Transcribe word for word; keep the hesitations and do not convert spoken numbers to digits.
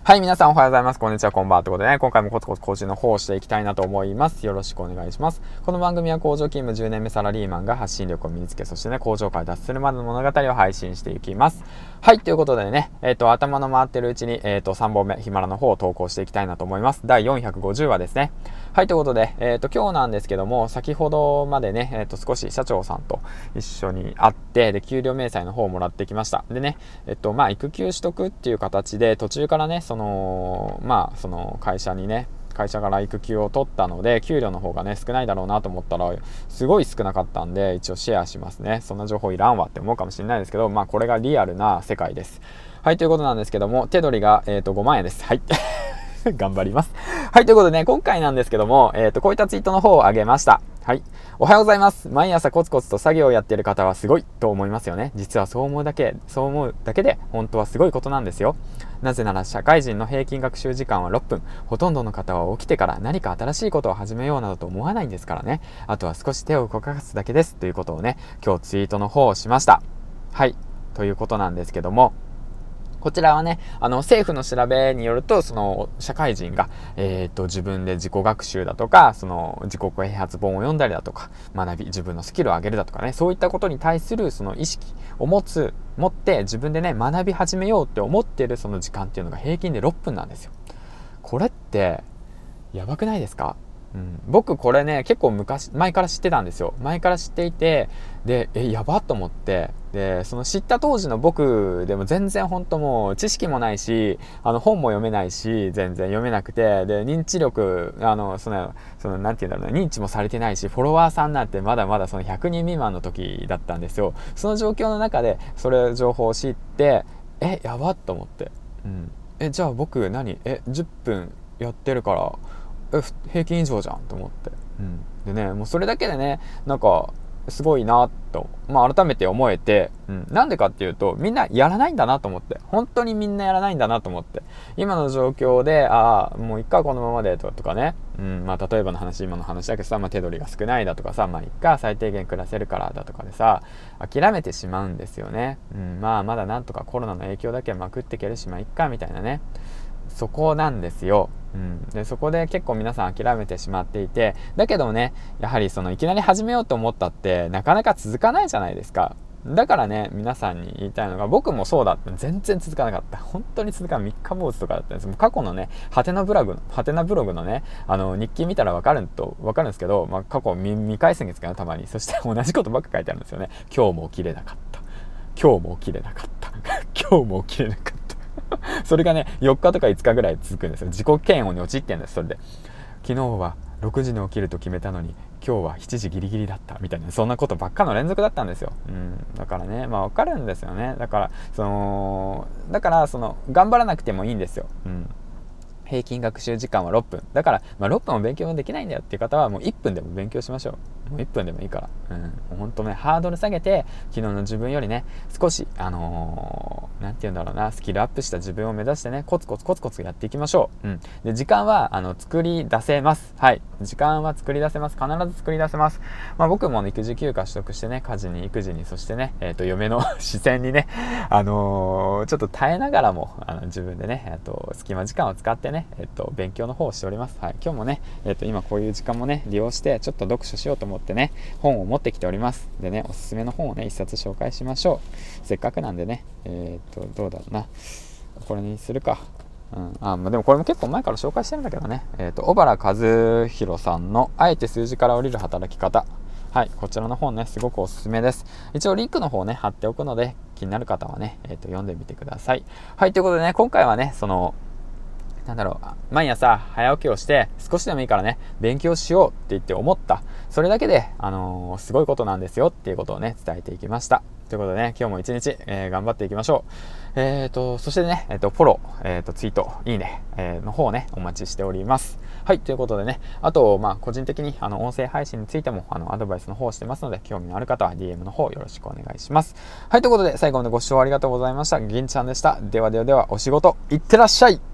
はい、皆さんおはようございます。こんにちは、こんばんは。ということでね、今回もコツコツ更新の方をしていきたいなと思います。よろしくお願いします。この番組は工場勤務じゅうねんめサラリーマンが発信力を身につけ、そしてね、工場から脱するまでの物語を配信していきます。はい、ということでね、えっ、ー、と、頭の回ってるうちに、えっ、ー、と、さんぼんめ、ヒマラの方を投稿していきたいなと思います。だいよんひゃくごじゅうわですね。はい、ということで、えっ、ー、と、今日なんですけども、先ほどまでね、えっ、と、少し社長さんと一緒に会って、で、給料明細の方をもらってきました。でね、えっと、まあ、育休取得っていう形で、途中からね、その、まあ、その会社にね、会社から育休を取ったので、給料の方がね、少ないだろうなと思ったら、すごい少なかったんで、一応シェアしますね。そんな情報いらんわって思うかもしれないですけど、まあ、これがリアルな世界です。はい、ということなんですけども、手取りが、えっと、ごまんえんです。はい。頑張ります。はい、ということでね、今回なんですけども、えっと、こういったツイートの方を上げました。はい。おはようございます。毎朝コツコツと作業をやっている方はすごいと思いますよね。実はそう思うだけ、そう思うだけで本当はすごいことなんですよ。なぜなら社会人の平均学習時間はろっぷん。ほとんどの方は起きてから何か新しいことを始めようなどと思わないんですからね。あとは少し手を動かすだけですということをね、今日ツイートの方をしました。はい。ということなんですけども、こちらはね、あの、政府の調べによると、その、社会人が、えっと、自分で自己学習だとか、その、自己啓発本を読んだりだとか、学び、自分のスキルを上げるだとかね、そういったことに対する、その意識を持つ、持って、自分でね、学び始めようって思っているその時間っていうのが平均でろっぷんなんですよ。これって、やばくないですか？うん、僕これね結構昔前から知ってたんですよ。前から知っていて、でえやばっと思って、でその知った当時の僕でも全然本当もう知識もないし、あの本も読めないし、全然読めなくて、で認知力あのそのそのなんていうんだろうな、認知もされてないし、フォロワーさんなんてまだまだそのひゃくにん未満の時だったんですよ。その状況の中でそれ情報を知って、えやばっと思って、うん、えじゃあ僕何えじゅっぷんやってるから平均以上じゃんと思って、うん、でねもうそれだけでねなんかすごいなと、まあ、改めて思えて、うん、なんでかっていうとみんなやらないんだなと思って、本当にみんなやらないんだなと思って、今の状況でああもういっかこのままでとかね、うんまあ、例えばの話今の話だけどさ、まあ、手取りが少ないだとかさ、まあいっか最低限暮らせるからだとかでさ諦めてしまうんですよね、うん、まあまだなんとかコロナの影響だけはまくっていけるしまあいっかみたいなね、そこなんですよ。うん、でそこで結構皆さん諦めてしまっていて、だけどねやはりそのいきなり始めようと思ったってなかなか続かないじゃないですか。だからね皆さんに言いたいのが、僕もそうだって全然続かなかった。本当に続かない。みっか坊主とかだったんです。もう過去のねハテナブログハテナブログのねあの日記見たら分かると分かるんですけど、まあ、過去 見, 見返すんですけどたまに、そして同じことばっか書いてあるんですよね。今日も起きれなかった、今日も起きれなかった今日も起きれなかったそれがねよっかとかいつかぐらい続くんですよ。自己嫌悪に陥ってんです。それで昨日はろくじに起きると決めたのに今日はしちじギリギリだったみたいな、そんなことばっかの連続だったんですよ。うん、だからねまあ分かるんですよね。だからそのだからその頑張らなくてもいいんですよ。うん平均学習時間はろっぷんだから、まあ、ろっぷんも勉強もできないんだよっていう方はもういっぷんでも勉強しましょう。もういっぷんでもいいから、うん、もうほんとねハードル下げて昨日の自分よりね少しあのー、なんて言うんだろうなスキルアップした自分を目指してねコツコツコツコツやっていきましょう。うん、で時間はあの作り出せます。はい時間は作り出せます。必ず作り出せます。まあ、僕も、ね、育児休暇取得してね家事に育児にそしてね、えー、と嫁の視線にねあのー、ちょっと耐えながらもあの自分でね、えー、と隙間時間を使ってねえっと、勉強の方をしております。はい、今日もね、えっと、今こういう時間もね利用してちょっと読書しようと思ってね本を持ってきております。でねおすすめの本をね一冊紹介しましょう。せっかくなんでねえー、っとどうだろうな、これにするか。うん、あまあ、でもこれも結構前から紹介してるんだけどね、えー、っと小原和弘さんのあえて数字から降りる働き方、はい、こちらの本ねすごくおすすめです。一応リンクの方ね貼っておくので気になる方はね、えー、っと読んでみてください。はいということでね今回はねそのなんだろう毎朝早起きをして少しでもいいからね勉強しようって言って思った、それだけで、あのー、すごいことなんですよっていうことをね伝えていきました。ということでね今日も一日、えー、頑張っていきましょう。えーとそしてね、えー、とフォロー、えー、とツイートいいね、えー、の方をねお待ちしております。はいということでねあとまあ個人的にあの音声配信についてもあのアドバイスの方をしてますので、興味のある方は ディーエム の方よろしくお願いします。はいということで最後までご視聴ありがとうございました。銀ちゃんでした。ではではではお仕事いってらっしゃい。